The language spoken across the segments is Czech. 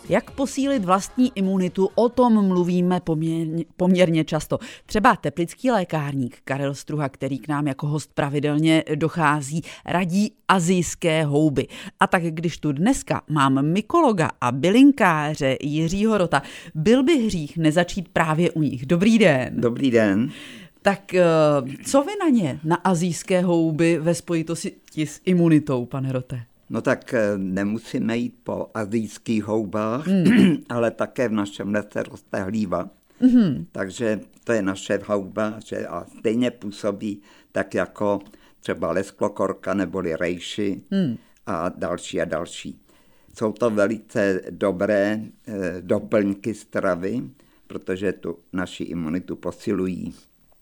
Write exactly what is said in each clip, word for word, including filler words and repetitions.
Jak posílit vlastní imunitu, o tom mluvíme poměrně, poměrně často. Třeba teplický lékárník Karel Struha, který k nám jako host pravidelně dochází, radí asijské houby. A tak když tu dneska mám mykologa a bylinkáře Jiřího Rota, byl by hřích nezačít právě u nich. Dobrý den. Dobrý den. Tak co vy na ně, na asijské houby ve spojitosti s imunitou, pane Rote? No tak nemusíme jít po asijských houbách, mm. ale také v našem lese roste hlíva. Mm. Takže to je naše houba, že a stejně působí tak jako třeba lesklokorka neboli rejši mm. a další a další. Jsou to velice dobré eh, doplňky stravy, protože tu naši imunitu posilují.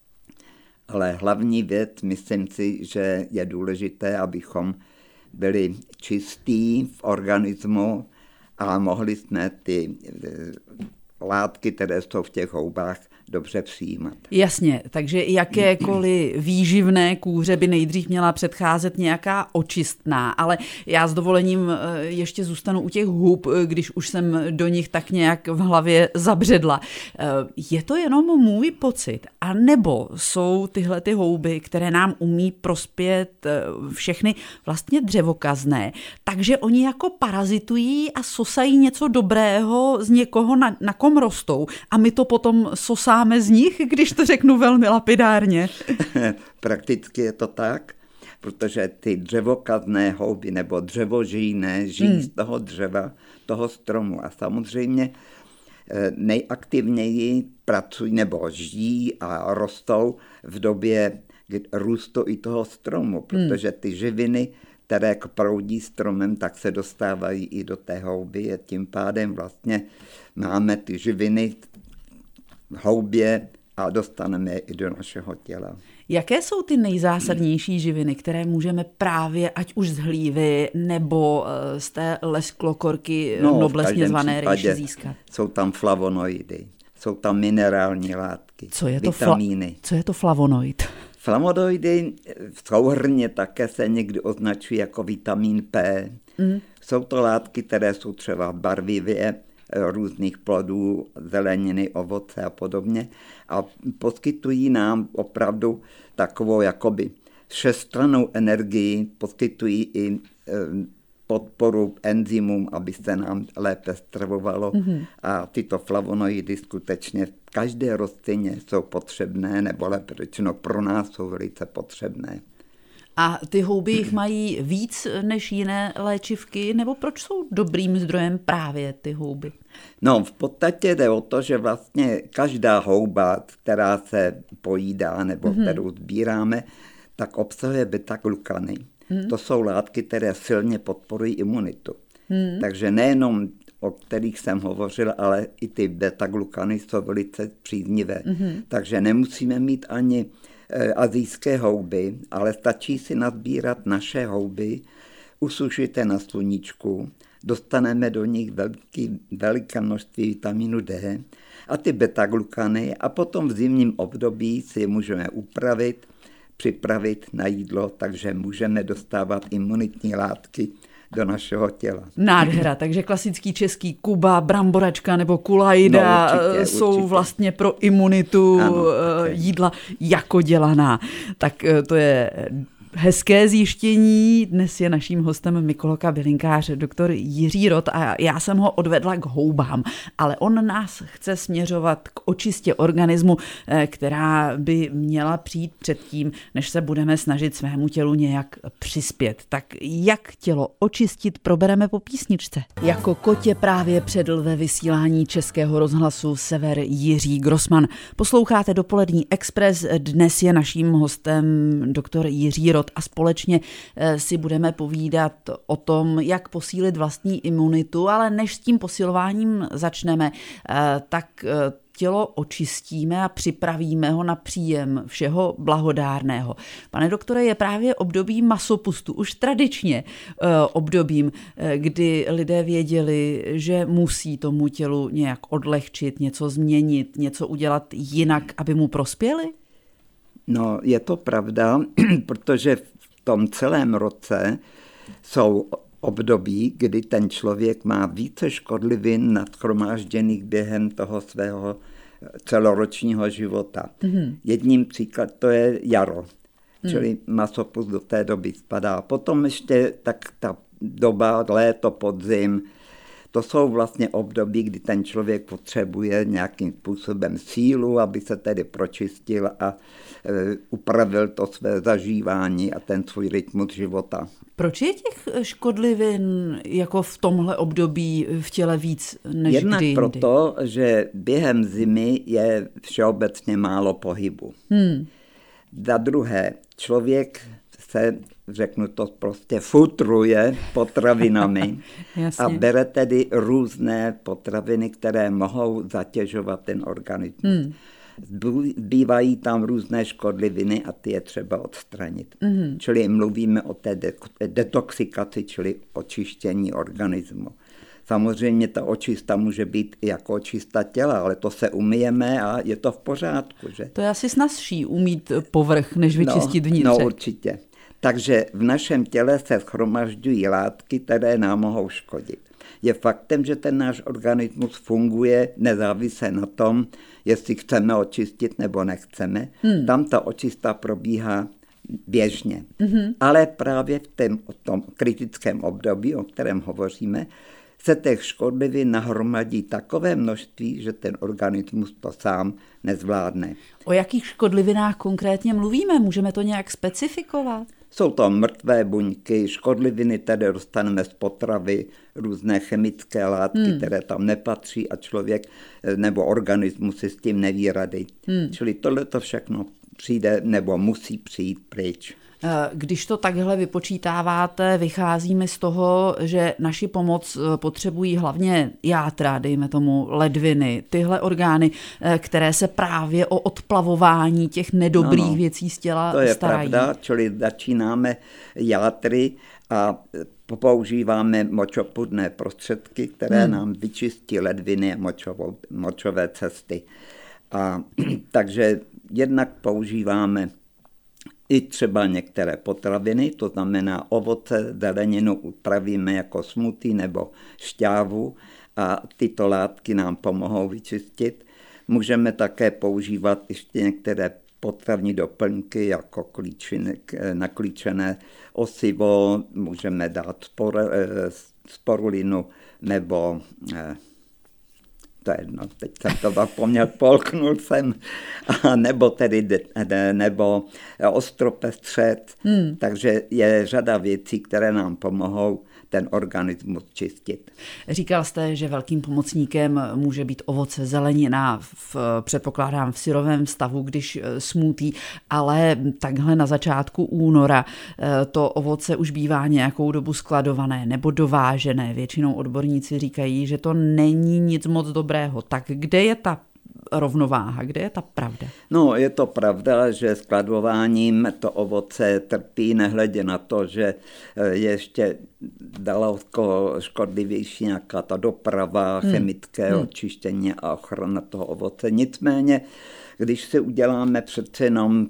Ale hlavní věc, myslím si, že je důležité, abychom byli čistí v organismu a mohli jsme ty látky, které jsou v těch houbách, dobře přijímat. Jasně, takže jakékoliv výživné kůře by nejdřív měla předcházet nějaká očistná, ale já s dovolením ještě zůstanu u těch hub, když už jsem do nich tak nějak v hlavě zabředla. Je to jenom můj pocit, anebo jsou tyhle ty houby, které nám umí prospět všechny vlastně dřevokazné, takže oni jako parazitují a sosají něco dobrého z někoho, na, na kom rostou a my to potom sosáme z nich, když to řeknu velmi lapidárně. Prakticky je to tak, protože ty dřevokazné houby nebo dřevožijné žijí hmm. z toho dřeva, toho stromu a samozřejmě nejaktivněji pracují nebo žijí a rostou v době růstu i toho stromu, protože ty živiny, které proudí stromem, tak se dostávají i do té houby a tím pádem vlastně máme ty živiny v houbě a dostaneme je i do našeho těla. Jaké jsou ty nejzásadnější živiny, které můžeme právě ať už z hlívy nebo z té lesklokorky no, noblesně zvané rejši získat? Jsou tam flavonoidy, jsou tam minerální látky, co je vitamíny. To fla- co je to flavonoid? Flavonoidy souhrnně také se někdy označují jako vitamin P. Mm. Jsou to látky, které jsou třeba barvivě různých plodů, zeleniny, ovoce a podobně a poskytují nám opravdu takovou jakoby všestrannou energii, poskytují i podporu enzymům, aby se nám lépe stravovalo mm-hmm. a tyto flavonoidy skutečně v každé rostlině jsou potřebné, nebo lépe řečeno pro nás jsou velice potřebné. A ty houby jich mají víc než jiné léčivky, nebo proč jsou dobrým zdrojem právě ty houby? No, v podstatě jde o to, že vlastně každá houba, která se pojídá nebo mm-hmm. kterou sbíráme, tak obsahuje beta-glukany. Mm-hmm. To jsou látky, které silně podporují imunitu. Mm-hmm. Takže nejenom o kterých jsem hovořil, ale i ty beta-glukany jsou velice příznivé. Mm-hmm. Takže nemusíme mít ani asijské houby, ale stačí si nazbírat naše houby, usušit je na sluníčku, dostaneme do nich velký, veliké množství vitamínu D a ty beta-glukany a potom v zimním období si je můžeme upravit, připravit na jídlo, takže můžeme dostávat imunitní látky do našeho těla. Nádhera, takže klasický český Kuba, bramboračka nebo kulajda no, určitě, jsou určitě. Vlastně pro imunitu ano, jídla jako dělaná. Tak to je hezké zjištění. Dnes je naším hostem mykolog a bylinkář doktor Jiří Rot a já jsem ho odvedla k houbám, ale on nás chce směřovat k očistě organismu, která by měla přijít předtím, než se budeme snažit svému tělu nějak přispět. Tak jak tělo očistit, probereme po písničce. Jako kotě právě předl ve vysílání Českého rozhlasu Sever Jiří Grossman. Posloucháte Dopolední Express, dnes je naším hostem doktor Jiří Rot a společně si budeme povídat o tom, jak posílit vlastní imunitu, ale než s tím posilováním začneme, tak tělo očistíme a připravíme ho na příjem všeho blahodárného. Pane doktore, je právě období masopustu, už tradičně obdobím, kdy lidé věděli, že musí tomu tělu nějak odlehčit, něco změnit, něco udělat jinak, aby mu prospěli? No, je to pravda, protože v tom celém roce jsou období, kdy ten člověk má více škodlivin nashromážděných během toho svého celoročního života. Mm-hmm. Jedním příklad to je jaro, mm. čili masopus do té doby spadá. Potom ještě tak ta doba, léto, podzim, to jsou vlastně období, kdy ten člověk potřebuje nějakým způsobem sílu, aby se tedy pročistil a e, upravil to své zažívání a ten svůj rytmus života. Proč je těch škodlivin jako v tomhle období v těle víc než Jednak kdy jindy? proto, že během zimy je všeobecně málo pohybu. Hmm. Za druhé, člověk se, řeknu to prostě, futruje potravinami a bere tedy různé potraviny, které mohou zatěžovat ten organismus. Hmm. Bývají tam různé škodliviny a ty je třeba odstranit. Mm-hmm. Čili mluvíme o té detoxikaci, čili očištění organismu. Samozřejmě ta očista může být i jako očista těla, ale to se umyjeme a je to v pořádku. Že? To je asi snazší umýt povrch, než vyčistit no, vnitřek. No určitě. Takže v našem těle se shromažďují látky, které nám mohou škodit. Je faktem, že ten náš organismus funguje nezávisle na tom, jestli chceme očistit nebo nechceme. Hmm. Tam ta očista probíhá běžně. Mm-hmm. Ale právě v tom, tom kritickém období, o kterém hovoříme, se těch škodlivin nahromadí takové množství, že ten organismus to sám nezvládne. O jakých škodlivinách konkrétně mluvíme? Můžeme to nějak specifikovat? Jsou to mrtvé buňky, škodliviny, které dostaneme z potravy, různé chemické látky, hmm. které tam nepatří a člověk nebo organismus si s tím neví rady. Hmm. Čili tohle to všechno přijde nebo musí přijít pryč. Když to takhle vypočítáváte, vycházíme z toho, že naši pomoc potřebují hlavně játra, dejme tomu ledviny, tyhle orgány, které se právě o odplavování těch nedobrých no, no. věcí z těla to je starají. Pravda, čili začínáme játry a používáme močopudné prostředky, které hmm. nám vyčistí ledviny a močovou, močové cesty. A takže jednak používáme i třeba některé potraviny, to znamená ovoce, zeleninu upravíme jako smoothie nebo šťávu a tyto látky nám pomohou vyčistit. Můžeme také používat ještě některé potravní doplňky jako klíčinek, naklíčené osivo, můžeme dát spor, sporulinu nebo to je jedno, teď jsem to zapomněl, polknul jsem, a nebo tedy nebo ostropestřed, hmm. takže je řada věcí, které nám pomohou ten organismus čistit. Říkal jste, že velkým pomocníkem může být ovoce, zelenina, v, předpokládám v syrovém stavu, když smutí, ale takhle na začátku února to ovoce už bývá nějakou dobu skladované nebo dovážené. Většinou odborníci říkají, že to není nic moc dobrého. Tak kde je ta rovnováha, kde je ta pravda? No, je to pravda, že skladováním to ovoce trpí, nehledě na to, že je ještě daleko škodlivější nějaká ta doprava, hmm. chemické hmm. očištění a ochrana toho ovoce. Nicméně, když si uděláme přece jenom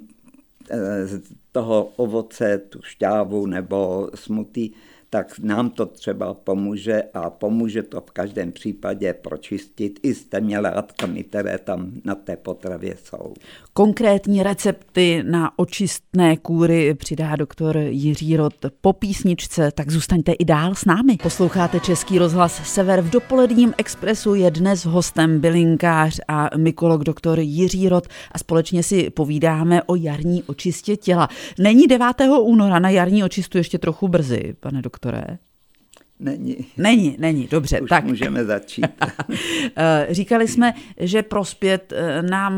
z toho ovoce tu šťávu nebo smoothie, tak nám to třeba pomůže a pomůže to v každém případě pročistit i s těmi látkami, které tam na té potravě jsou. Konkrétní recepty na očistné kůry přidá doktor Jiří Rod po písničce, tak zůstaňte i dál s námi. Posloucháte Český rozhlas Sever. V dopoledním expresu je dnes hostem bylinkář a mykolog doktor Jiří Rod a společně si povídáme o jarní očistě těla. Není devátého února na jarní očistu ještě trochu brzy, pane doktore? Není. Není, není, dobře. Už tak. můžeme začít. Říkali jsme, že prospět nám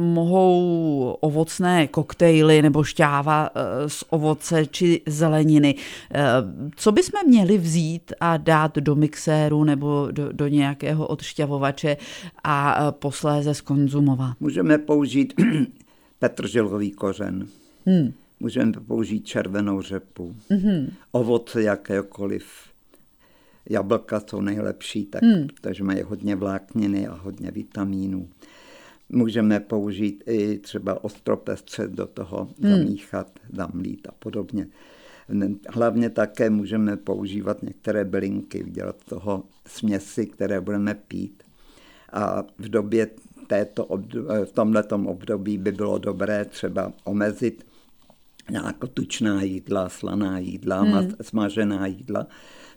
mohou ovocné koktejly nebo šťáva z ovoce či zeleniny. Co bychom měli vzít a dát do mixéru nebo do, do nějakého odšťavovače a posléze zkonzumovat? Můžeme použít petrželový kořen. Hmm. Můžeme použít červenou řepu. Mm-hmm. Ovoce jakékoliv. Jablka jsou nejlepší, tak, hmm. protože mají hodně vlákniny a hodně vitamínů. Můžeme použít i třeba ostropestřed do toho, hmm. zamíchat, zamlít a podobně. Hlavně také můžeme používat některé bylinky, udělat z toho směsi, které budeme pít. A v době této, v tomhletom období by bylo dobré třeba omezit nějakou tučná jídla, slaná jídla, hmm. smažená jídla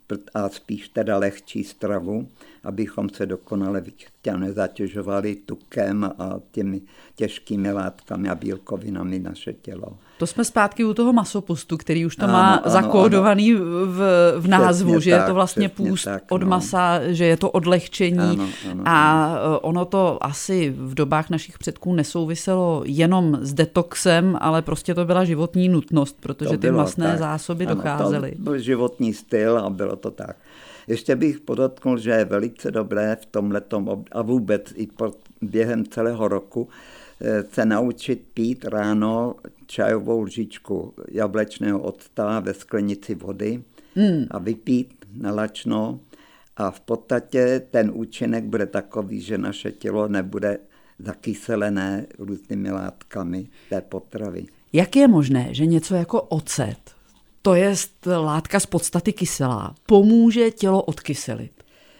a spíš teda lehčí stravu, abychom se dokonale nezatěžovali tukem a těmi těžkými látkami a bílkovinami naše tělo. To jsme zpátky u toho masopustu, který už to ano, má ano, zakódovaný ano. v, v názvu, přesně že tak, je to vlastně půst tak, od no. masa, že je to odlehčení ano, ano, a ano. ono to asi v dobách našich předků nesouviselo jenom s detoxem, ale prostě to byla životní nutnost, protože to ty bylo, masné tak. zásoby ano, docházely. To byl životní styl a bylo to tak. Ještě bych podotknul, že je velice dobré v tomhletom a vůbec i během celého roku se naučit pít ráno čajovou lžičku jablečného octa ve sklenici vody hmm. a vypít nalačno a v podstatě ten účinek bude takový, že naše tělo nebude zakyselené různými látkami té potravy. Jak je možné, že něco jako ocet, to je látka z podstaty kyselá, pomůže tělo odkyselit?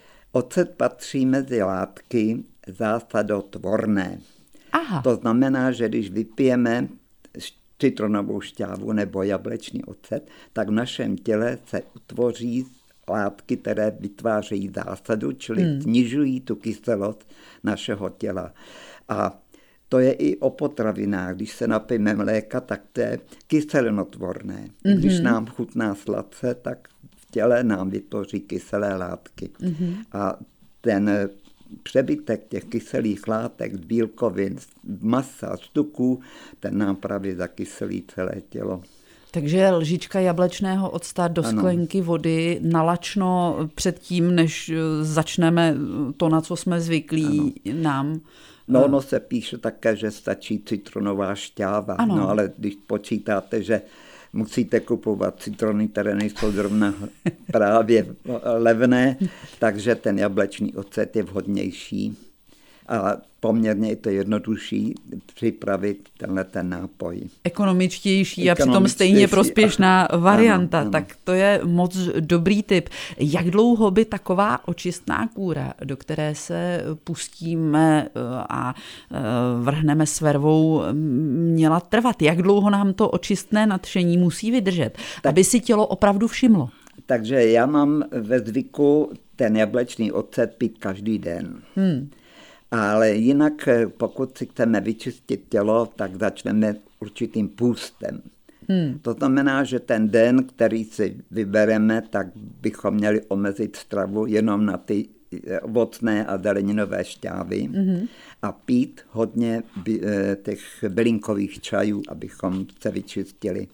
Ocet patří mezi látky zásadotvorné. Aha. To znamená, že když vypijeme citronovou šťávu nebo jablečný ocet, tak v našem těle se utvoří látky, které vytvářejí zásadu, čili hmm. snižují tu kyselost našeho těla. A to je i o potravinách. Když se napijeme mléka, tak to je kyselinotvorné. Mm-hmm. Když nám chutná sladce, tak v těle nám vytvoří kyselé látky. Mm-hmm. A ten přebytek těch kyselých látek, z bílkovin, z masa, z tuků, ten nám právě zakyselí celé tělo. Takže lžička jablečného octa do ano. sklenky vody nalačno předtím, než začneme to, na co jsme zvyklí ano. nám. No, ono se píše také, že stačí citronová šťáva. Ano. No, ale když počítáte, že musíte kupovat citrony, které nejsou zrovna právě levné, takže ten jablečný ocet je vhodnější a poměrně je to jednodušší připravit tenhle ten nápoj. Ekonomičtější a přitom stejně prospěšná varianta, ano, ano. Tak to je moc dobrý tip. Jak dlouho by taková očistná kůra, do které se pustíme a vrhneme s vervou, měla trvat? Jak dlouho nám to očistné nadšení musí vydržet, tak, aby si tělo opravdu všimlo? Takže já mám ve zvyku ten jablečný ocet pít každý den. Hmm. Ale jinak, pokud si chceme vyčistit tělo, tak začneme určitým půstem. Hmm. To znamená, že ten den, který si vybereme, tak bychom měli omezit stravu jenom na ty ovocné a zeleninové šťávy hmm. a pít hodně by, těch bylinkových čajů, abychom se vyčistili.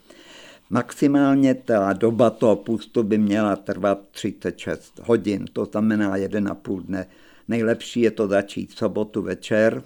Maximálně ta doba toho půstu by měla trvat třicet šest hodin, to znamená jeden a půl dne. Nejlepší je to začít v sobotu večer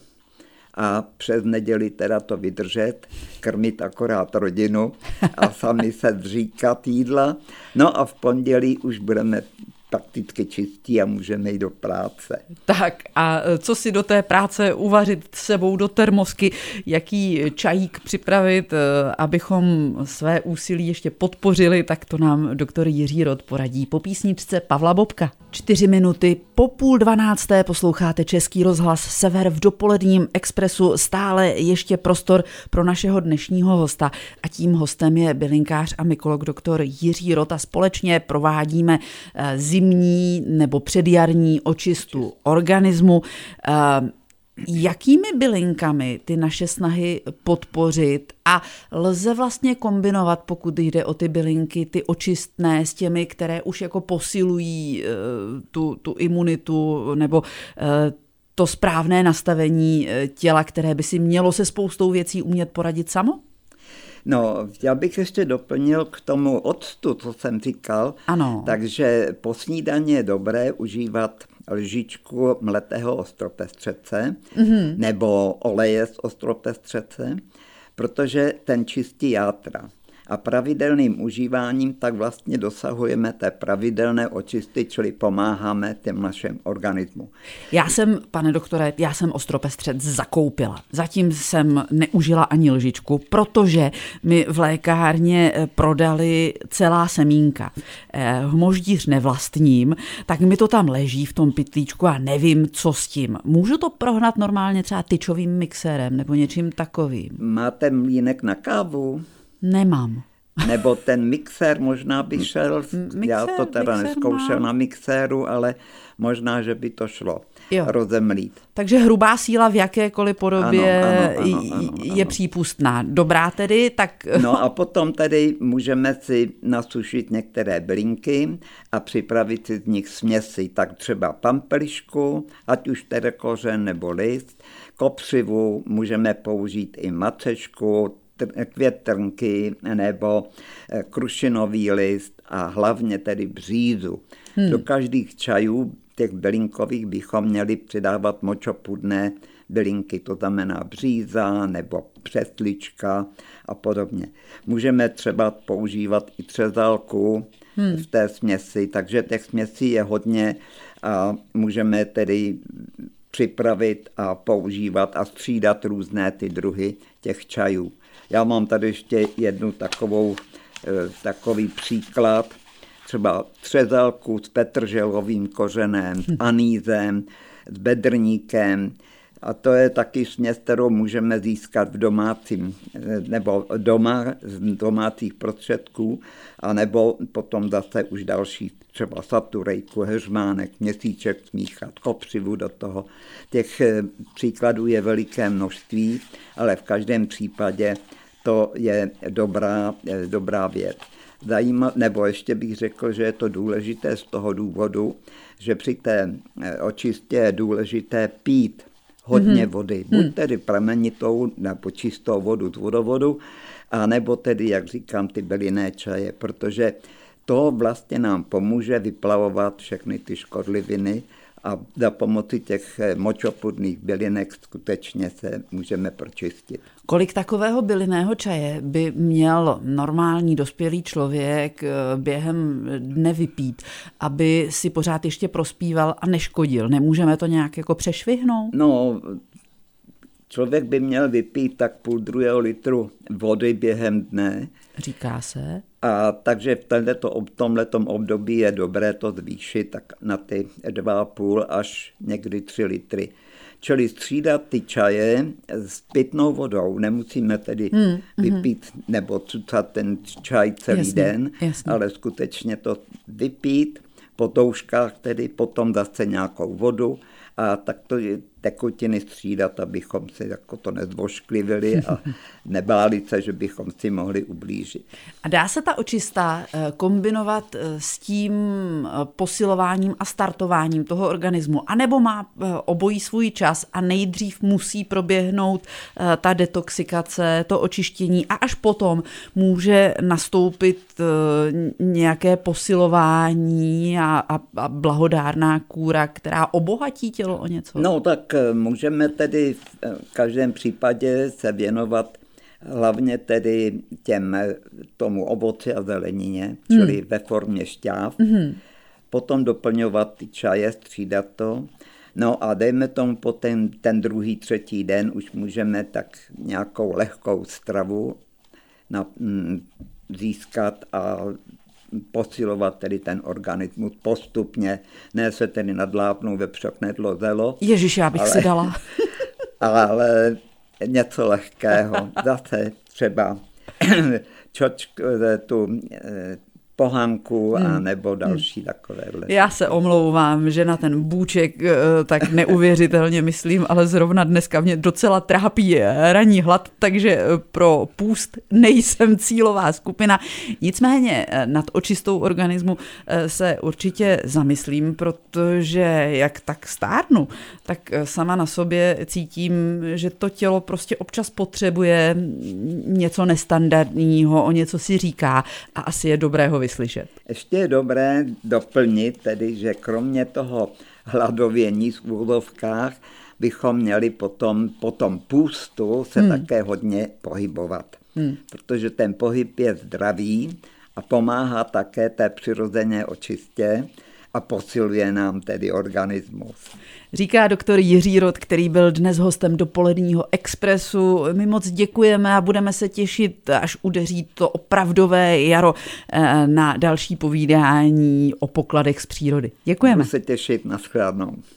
a přes neděli teda to vydržet, krmit akorát rodinu a sami se zříkat jídla. No a v pondělí už budeme prakticky čistí a můžeme jít do práce. Tak a co si do té práce uvařit s sebou do termosky, jaký čajík připravit, abychom své úsilí ještě podpořili, tak to nám doktor Jiří Rod poradí po písničce Pavla Bobka. Čtyři minuty po půl dvanácté posloucháte Český rozhlas Sever v dopoledním expresu. Stále ještě prostor pro našeho dnešního hosta a tím hostem je bylinkář a mykolog doktor Jiří Rod a společně provádíme zimní nebo předjarní očistu organismu. Jakými bylinkami ty naše snahy podpořit a lze vlastně kombinovat, pokud jde o ty bylinky, ty očistné s těmi, které už jako posilují tu, tu imunitu nebo to správné nastavení těla, které by si mělo se spoustou věcí umět poradit samo? No, já bych ještě doplnil k tomu octu, co jsem říkal. Ano. Takže po snídani je dobré užívat lžičku mletého ostropestřece mm-hmm. nebo oleje z ostropestřece, protože ten čistí játra. A pravidelným užíváním tak vlastně dosahujeme té pravidelné očisty, čili pomáháme těm našem organismu. Já jsem, pane doktore, já jsem ostropestřec zakoupila. Zatím jsem neužila ani lžičku, protože mi v lékárně prodali celá semínka. Hmoždíř nevlastním, tak mi to tam leží v tom pytlíčku a nevím, co s tím. Můžu to prohnat normálně třeba tyčovým mixérem nebo něčím takovým? Máte mlýnek na kávu? Nemám. Nebo ten mixér možná by šel, mixér, já to teda neskoušel má. Na mixéru, ale možná, že by to šlo jo. rozemlít. Takže hrubá síla v jakékoliv podobě ano, ano, ano, ano, ano. je přípustná. Dobrá tedy, tak... No a potom tedy můžeme si nasušit některé bylinky a připravit si z nich směsi. Tak třeba pampelišku, ať už tedy kořen nebo list, kopřivu, můžeme použít i macečku, květrnky nebo krušinový list a hlavně tedy břízu. Hmm. Do každých čajů těch bylinkových bychom měli přidávat močopudné bylinky, to znamená bříza nebo přeslička a podobně. Můžeme třeba používat i třezalku hmm. v té směsi, takže těch směsí je hodně a můžeme tedy připravit a používat a střídat různé ty druhy těch čajů. Já mám tady ještě jednu takovou, takový příklad, třeba třezalku s petrželovým kořenem, s anýzem, s bedrníkem. A to je taky směs, kterou můžeme získat v domácím, nebo doma z domácích prostředků, a nebo potom zase už další, třeba saturejku, heřmánek, měsíček smíchat, kopřivu do toho. Těch příkladů je veliké množství, ale v každém případě to je dobrá, dobrá věc. Zajímavé, nebo ještě bych řekl, že je to důležité z toho důvodu, že při té očistě je důležité pít hodně mm-hmm. vody. Buď tedy pramenitou nebo čistou vodu z vodovodu, a nebo tedy, jak říkám, ty bylinné čaje, protože to vlastně nám pomůže vyplavovat všechny ty škodliviny a za pomoci těch močopudných bylinek skutečně se můžeme pročistit. Kolik takového bylinného čaje by měl normální dospělý člověk během dne vypít, aby si pořád ještě prospíval a neškodil? Nemůžeme to nějak jako přešvihnout? No, člověk by měl vypít tak půl druhého litru vody během dne. Říká se. A takže v tomhleto, tomhletom období je dobré to zvýšit tak na ty dva a půl až někdy tři litry. Čili střídat ty čaje s pitnou vodou. Nemusíme tedy hmm, vypít hmm. nebo cucat ten čaj celý jasně, den, jasně. ale skutečně to vypít po toužkách, tedy potom zase nějakou vodu a tak to tekutiny střídat, abychom si jako to nezdvošklivili a nebáli se, že bychom si mohli ublížit. A dá se ta očista kombinovat s tím posilováním a startováním toho organismu? A nebo má obojí svůj čas a nejdřív musí proběhnout ta detoxikace, to očištění a až potom může nastoupit nějaké posilování a, a, a blahodárná kůra, která obohatí tělo o něco? No tak můžeme tedy v každém případě se věnovat hlavně tedy těm, tomu ovoci a zelenině, čili hmm. ve formě šťáv. Hmm. Potom doplňovat ty čaje, střídat to. No a dejme tomu po ten, ten druhý, třetí den už můžeme tak nějakou lehkou stravu na, m, získat a posilovat tedy ten organismus postupně. Ne se tedy nadlápnou vepřok, nedlo, zelo. Ježiš, já bych ale, si dala. ale něco lehkého. Zase třeba čočku, tu pohanku hmm. a nebo další hmm. takovéhle. Já se omlouvám, že na ten bůček tak neuvěřitelně myslím, ale zrovna dneska mě docela trápí ranní hlad, takže pro půst nejsem cílová skupina. Nicméně nad očistou organismu se určitě zamyslím, protože jak tak stárnu, tak sama na sobě cítím, že to tělo prostě občas potřebuje něco nestandardního, o něco si říká a asi je dobré ho vyslyšet. Ještě je dobré doplnit, tedy, že kromě toho hladovění v úvodovkách, bychom měli potom, potom půstu se hmm. také hodně pohybovat. Hmm. Protože ten pohyb je zdravý a pomáhá také té přirozené očistě a posiluje nám tedy organismus. Říká doktor Jiří Rod, který byl dnes hostem Dopoledního expresu. My moc děkujeme a budeme se těšit, až udeří to opravdové jaro, na další povídání o pokladech z přírody. Děkujeme. Budu se těšit, nashledanou.